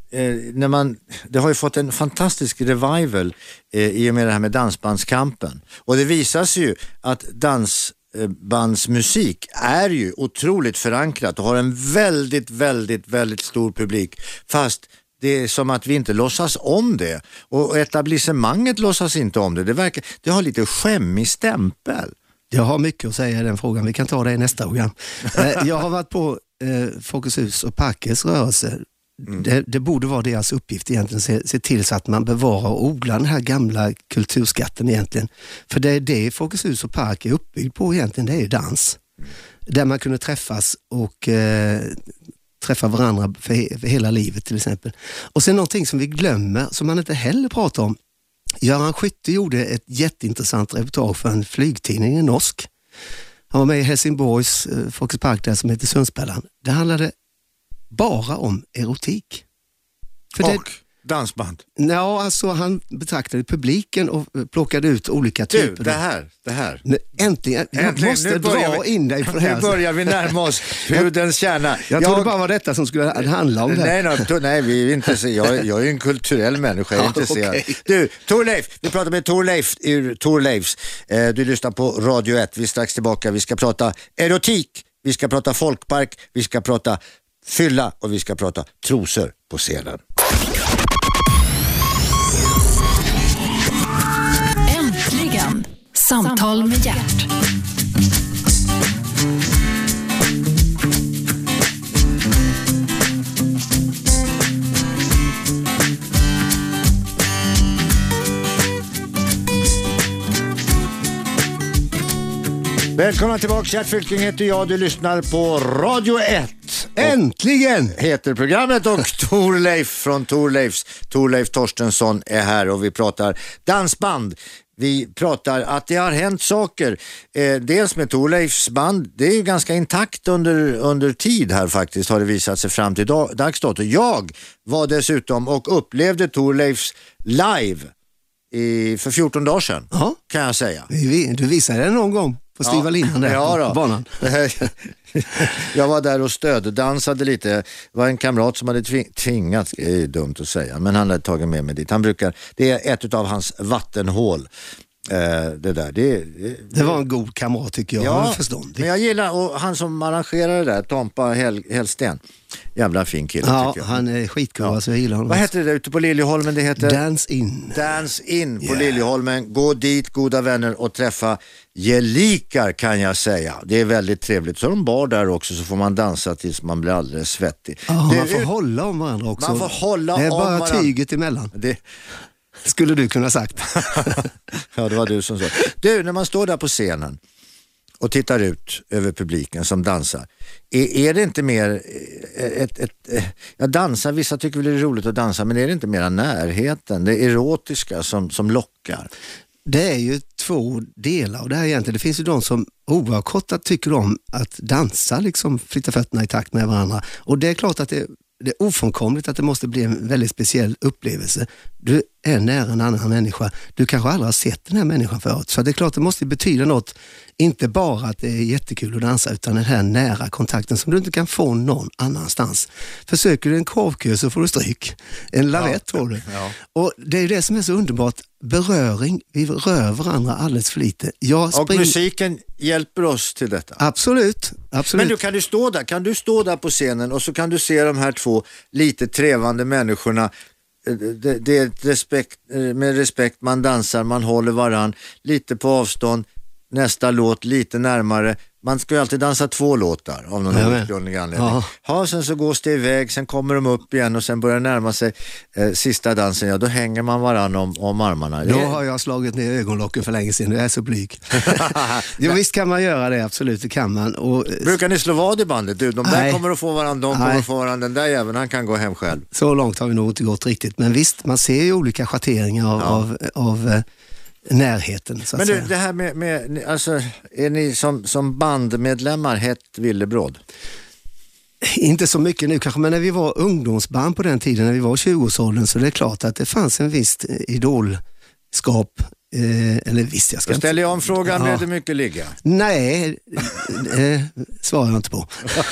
eh, när man, det har ju fått en fantastisk revival eh, i och med det här med dansbandskampen. Och det visar sig ju att dansbandsmusik är ju otroligt förankrat och har en väldigt, väldigt, väldigt stor publik. Fast det är som att vi inte låtsas om det. Och etablissemanget låtsas inte om det. Det, verkar, det har lite skämmig stämpel. Jag har mycket att säga i den frågan. Vi kan ta det i nästa program. Jag har varit på eh, Folkets hus och Parkers rörelse. Mm. Det, det borde vara deras uppgift egentligen. Se, se till så att man bevarar och odlar den här gamla kulturskatten egentligen. För det är det Folkets hus och Park är uppbyggd på egentligen. Det är dans. Mm. Där man kunde träffas och eh, träffa varandra för, för hela livet till exempel. Och sen någonting som vi glömmer, som man inte heller pratar om. Göran Skytte gjorde ett jätteintressant reportage för en flygtidning i norsk. Han var med i Helsingborgs eh, Folkets Park där som heter Sundsballan. Det handlade bara om erotik. För och det, dansband. Ja, alltså han betraktade publiken och plockade ut olika typer. Du, det här, det här. Nu, äntligen, jag äntligen, måste dra vi, in dig på det här. Nu börjar vi närma oss hudens kärna. Jag, jag trodde bara var detta som skulle handla om det. Nej, nej, nej vi är inte, jag, jag är en kulturell människa, jag är ja, intresserad. Okay. Du, Torleif, vi pratar med Torleif ur Torleifs. Eh, du lyssnar på Radio ett, vi är strax tillbaka. Vi ska prata erotik, vi ska prata folkpark, vi ska prata fylla och vi ska prata trosor på scenen. Äntligen, Samtal med hjärt. Välkomna tillbaka, Gert Fylking heter jag, du lyssnar på Radio ett. Äntligen heter programmet och Torleif från Torleifs, Torleif Torstensson är här och vi pratar dansband. Vi pratar att det har hänt saker, eh, dels med Torleifs band, det är ju ganska intakt under, under tid här faktiskt har det visat sig fram till dag, dagsdato. Jag var dessutom och upplevde Torleifs live i, för fjorton dagar sedan, ja. Kan jag säga. Du visade det någon gång på Stiva ja. Linnan där ja, på banan. Jag var där och stöddansade lite. Det var en kamrat som hade tving- tvingats, det är dumt att säga, men han hade tagit med mig dit. Han brukar, det är ett av hans vattenhål. Uh, det där, det, det, det var en god kamrat tycker jag. Ja, förståndig. Men jag gillar, och han som arrangerade det där, Tompa Hell, Hellsten. Jävla fin kille ja, tycker jag. Han är skitcool, ja. Så jag gillar honom. Vad heter det där ute på Liljeholmen? Det heter Dance In. Dance In på yeah. Liljeholmen. Gå dit, goda vänner, och träffa gelikar kan jag säga. Det är väldigt trevligt. Så är de bar där också, så får man dansa tills man blir alldeles svettig. Oh, det, man får hålla om varandra också. Man får hålla om varandra. Det är bara varandra. tyget emellan. Det... Skulle du kunna sagt. Ja, det var du som sa. Du, när man står där på scenen och tittar ut över publiken som dansar, är, är det inte mer ett, ett, ett, ja, dansa, vissa tycker väl det är roligt att dansa, men är det inte mer närheten, det erotiska som, som lockar? Det är ju två delar av det här egentligen. Det finns ju de som oavkortat tycker om att dansa, liksom flytta fötterna i takt med varandra. Och det är klart att det Det är ofrånkomligt att det måste bli en väldigt speciell upplevelse. Du är nära en annan människa. Du kanske aldrig har sett den här människan förut. Så det är klart att det måste betyda något. Inte bara att det är jättekul att dansa, utan den här nära kontakten som du inte kan få någon annanstans. Försöker du en korvkö så får du stryk. En lavett ja. får du. Ja. Och det är det som är så underbart. Beröring. Vi rör varandra alldeles för lite. Jag spring... Och musiken hjälper oss till detta. Absolut. Absolut. Men du, kan du stå där? Kan du stå där på scenen och så kan du se de här två lite trevande människorna. Det, det är ett respekt, med respekt man dansar, man håller varann lite på avstånd, nästa låt lite närmare. Man ska ju alltid dansa två låtar av någon outgrundlig anledning. Ja, sen så gås det iväg, sen kommer de upp igen och sen börjar närma sig eh, sista dansen. Ja, då hänger man varann om, om armarna. Då har jag slagit ner ögonlocken för länge sedan, det är så blyg. Jo, visst kan man göra det, absolut, det kan man. Och... Brukar ni slå vad i bandet? Du, de där Nej. kommer att få varann, de kommer Nej. att få varann, den där jäveln, han kan gå hem själv. Så långt har vi nog inte gått riktigt, men visst, man ser ju olika schatteringar av... Ja. av, av närheten. Så att men du, säga. Det här med, med alltså, är ni som, som bandmedlemmar hett Villebråd? Inte så mycket nu kanske, men när vi var ungdomsband på den tiden, när vi var tjugoårsåldern, så det är klart att det fanns en viss idolskap Eh, eller visst, jag ska Då ställer jag om frågan, ja. blev det mycket ligga? Nej, eh, svarar jag inte på.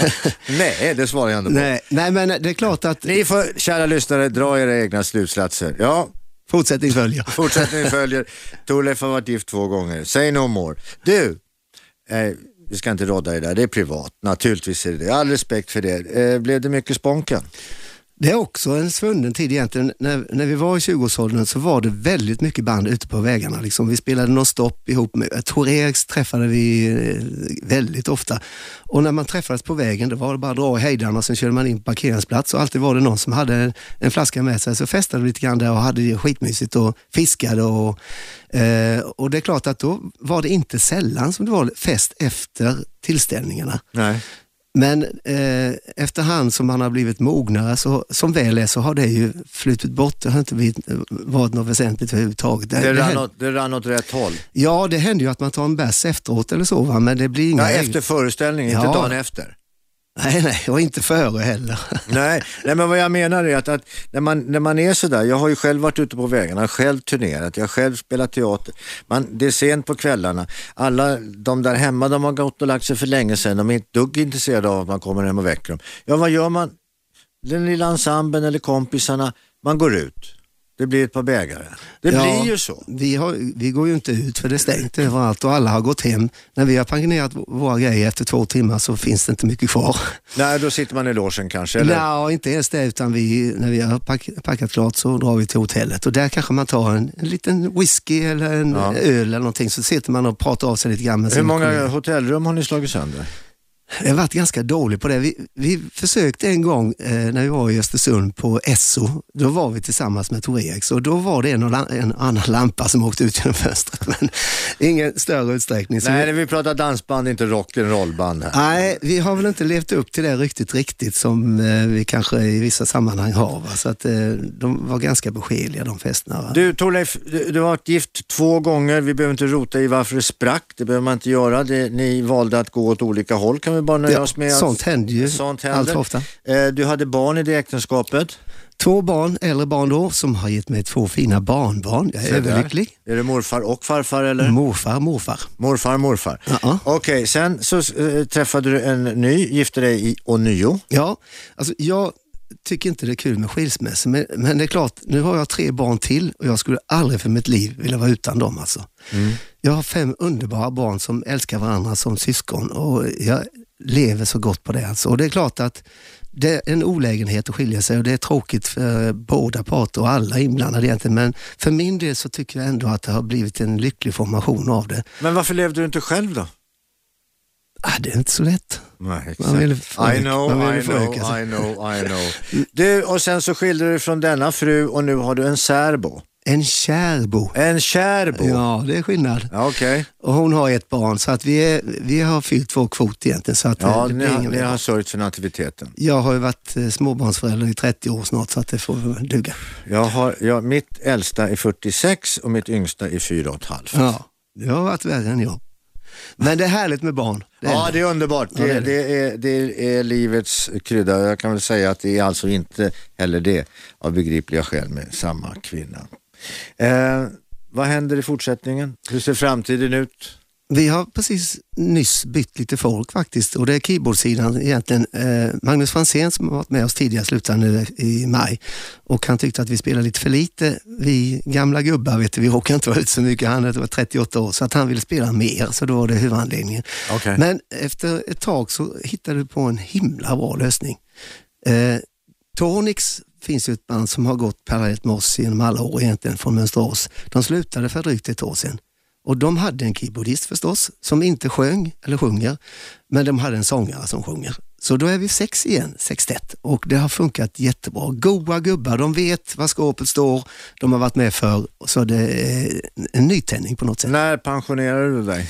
Nej, det svarar jag inte på. Nej, nej, men det är klart att... Ni får, kära lyssnare, dra era egna slutsatser. Ja, Fortsättning följer. fortsättning följer. Thorleif har varit gift två gånger. Say no more. Du, eh, vi ska inte råda det där, det är privat. Naturligtvis är det det. All respekt för det. Eh, blev det mycket sponkan? Det är också en svunnen tid egentligen. När, när vi var i tjugoårsåldern så var det väldigt mycket band ute på vägarna. Liksom. Vi spelade någon stopp ihop med Torex, träffade vi väldigt ofta. Och när man träffades på vägen, det var det bara att dra i hejdan och sen körde man in på parkeringsplats och alltid var det någon som hade en, en flaska med sig. Så festade vi lite grann där och hade det skitmysigt och fiskade. Och, eh, och det är klart att då var det inte sällan som det var fest efter tillställningarna. Nej. Men eh, efterhand som man har blivit mognare, så, som väl är, så har det ju flyttat bort. Det har inte blivit, varit något väsentligt överhuvudtaget. Det, det, det, rann åt, det rann åt rätt håll. Ja, det händer ju att man tar en bärs efteråt eller så, va? Men det blir inga... Ja, efter föreställningen, ja. inte dagen efter. Nej, nej, och inte före heller. nej, nej, men vad jag menar är att, att när, man, när man är sådär, jag har ju själv varit ute på vägarna, själv turnerat, jag har själv spelat teater. Man, det är sent på kvällarna. Alla de där hemma, de har gått och lagt sig för länge sedan. De är inte dugg intresserade av att man kommer hem och väcker dem. Ja, vad gör man? Den lilla ensemblen eller kompisarna, man går ut. Det blir ett par bägare. Det ja, blir ju så. Vi, har, vi går ju inte ut för det är stängt överallt och alla har gått hem. När vi har pensionerat våra grejer efter två timmar så finns det inte mycket kvar. Nej, då sitter man i logen kanske, eller? Nej, inte ens det, utan vi, när vi har pack, packat klart så drar vi till hotellet. Och där kanske man tar en, en liten whisky eller en ja. öl eller någonting, så sitter man och pratar av sig lite grann. Hur många kollega. hotellrum har ni slagit sönder? Jag har varit ganska dålig på det. Vi, vi försökte en gång eh, när vi var i Östersund på Esso. Då var vi tillsammans med Torex och då var det en, en annan lampa som åkte ut genom fönstret. Men ingen större utsträckning. Nej, vi, vi pratar dansband, inte rock'n'rollband här. Nej, vi har väl inte levt upp till det riktigt riktigt som eh, vi kanske i vissa sammanhang har. Va? Så att eh, de var ganska beskedliga, de festerna. Va? Du Thorleif, du, du har varit gift två gånger. Vi behöver inte rota i varför det sprack. Det behöver man inte göra. Det, ni valde att gå åt olika håll, kan vi bara nöja ja, oss med. Sånt händer ju sånt händer. allt för ofta. Eh, du hade barn i det äktenskapet. Två barn, äldre barn då, som har gett mig två fina barnbarn. Jag är överlycklig. Är det morfar och farfar eller? Morfar, morfar. Morfar, morfar. Uh-uh. Okej, okay, sen så äh, träffade du en ny, gifte dig i ånyo. Ja, alltså jag tycker inte det är kul med skilsmässor, men, men det är klart, nu har jag tre barn till och jag skulle aldrig för mitt liv vilja vara utan dem alltså. Mm. Jag har fem underbara barn som älskar varandra som syskon och jag lever så gott på det alltså. Och det är klart att det är en olägenhet att skilja sig och det är tråkigt för båda parter och alla inblandade egentligen, men för min del så tycker jag ändå att det har blivit en lycklig formation av det. Men varför levde du inte själv då? Ah, det är inte så lätt. Nej, exakt. Man vill föröka, I know, man vill I know, I know, I know. Du, och sen så skilde du från denna fru och nu har du en särbo. En kärbo. En kärbo? Ja, det är skillnad. Ja, okej. Okay. Och hon har ett barn så att vi, är, vi har fyllt vår kvot egentligen. Så att ja, det, det ni, har, ni har sörjt för nativiteten. Jag har ju varit småbarnsförälder i trettio år snart så att det får duga. Jag har, jag, mitt äldsta är fyrtiosex och mitt yngsta är fyra och ett halvt. Ja, det har varit värre än jag. Men det är härligt med barn. Det ja, det är underbart. Det, ja, det, är det. Det, är, det är livets krydda. Jag kan väl säga att det är alltså inte heller det av begripliga skäl med samma kvinna. Eh, vad händer i fortsättningen? Hur ser framtiden ut? Vi har precis nyss bytt lite folk faktiskt och det är keyboardsidan egentligen. Eh, Magnus Franzén som har varit med oss tidigare slutade nu i maj och han tyckte att vi spelar lite för lite. Vi gamla gubbar vet du, vi råkar inte vara ut så mycket. Han var trettioåtta år så att han ville spela mer så då var det huvudanledningen. Okay. Men efter ett tag så hittade du på en himla bra lösning. Eh, Tonix finns ju ett band som har gått parallellt med oss genom alla år egentligen från Mönsterås. De slutade för drygt ett år sedan. Och de hade en keyboardist förstås som inte sjöng eller sjunger, men de hade en sångare som sjunger. Så då är vi sex igen, sextett. Och det har funkat jättebra. Goa gubbar, de vet vad skåpet står, de har varit med för, så det är en nytändning på något sätt. När pensionerar du dig?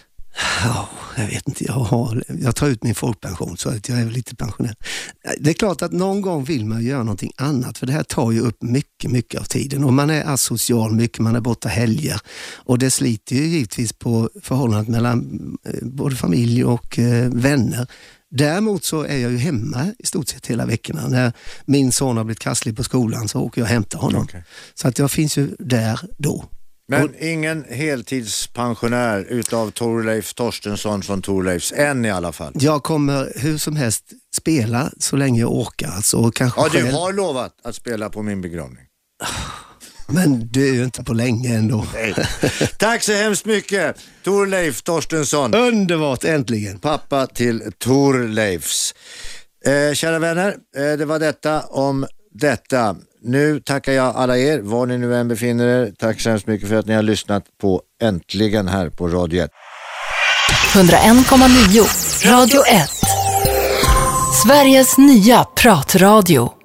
Ja, jag vet inte, jag, har, jag tar ut min folkpension så att jag är lite pensionär. Det är klart att någon gång vill man göra någonting annat för det här tar ju upp mycket, mycket av tiden och man är asocial mycket, man är borta helger och det sliter ju givetvis på förhållandet mellan både familj och eh, vänner. Däremot så är jag ju hemma i stort sett hela veckorna. När min son har blivit kasslig på skolan så åker jag och hämtar honom. Okay. Så att jag finns ju där då. Men och, ingen heltidspensionär utav Thorleif Torstensson från Thorleifs, än i alla fall. Jag kommer hur som helst spela så länge jag orkar. Alltså, och kanske ja, du själv... har lovat att spela på min begravning. Men det är ju inte på länge ändå. Nej. Tack så hemskt mycket, Thorleif Torstensson. Underbart, äntligen. Pappa till Thorleifs. Eh, kära vänner, eh, det var detta om detta. Nu tackar jag alla er, var ni nu än befinner er. Tack så hemskt mycket för att ni har lyssnat på Äntligen här på Radio ett. hundraen komma nio Radio ett. Sveriges nya pratradio.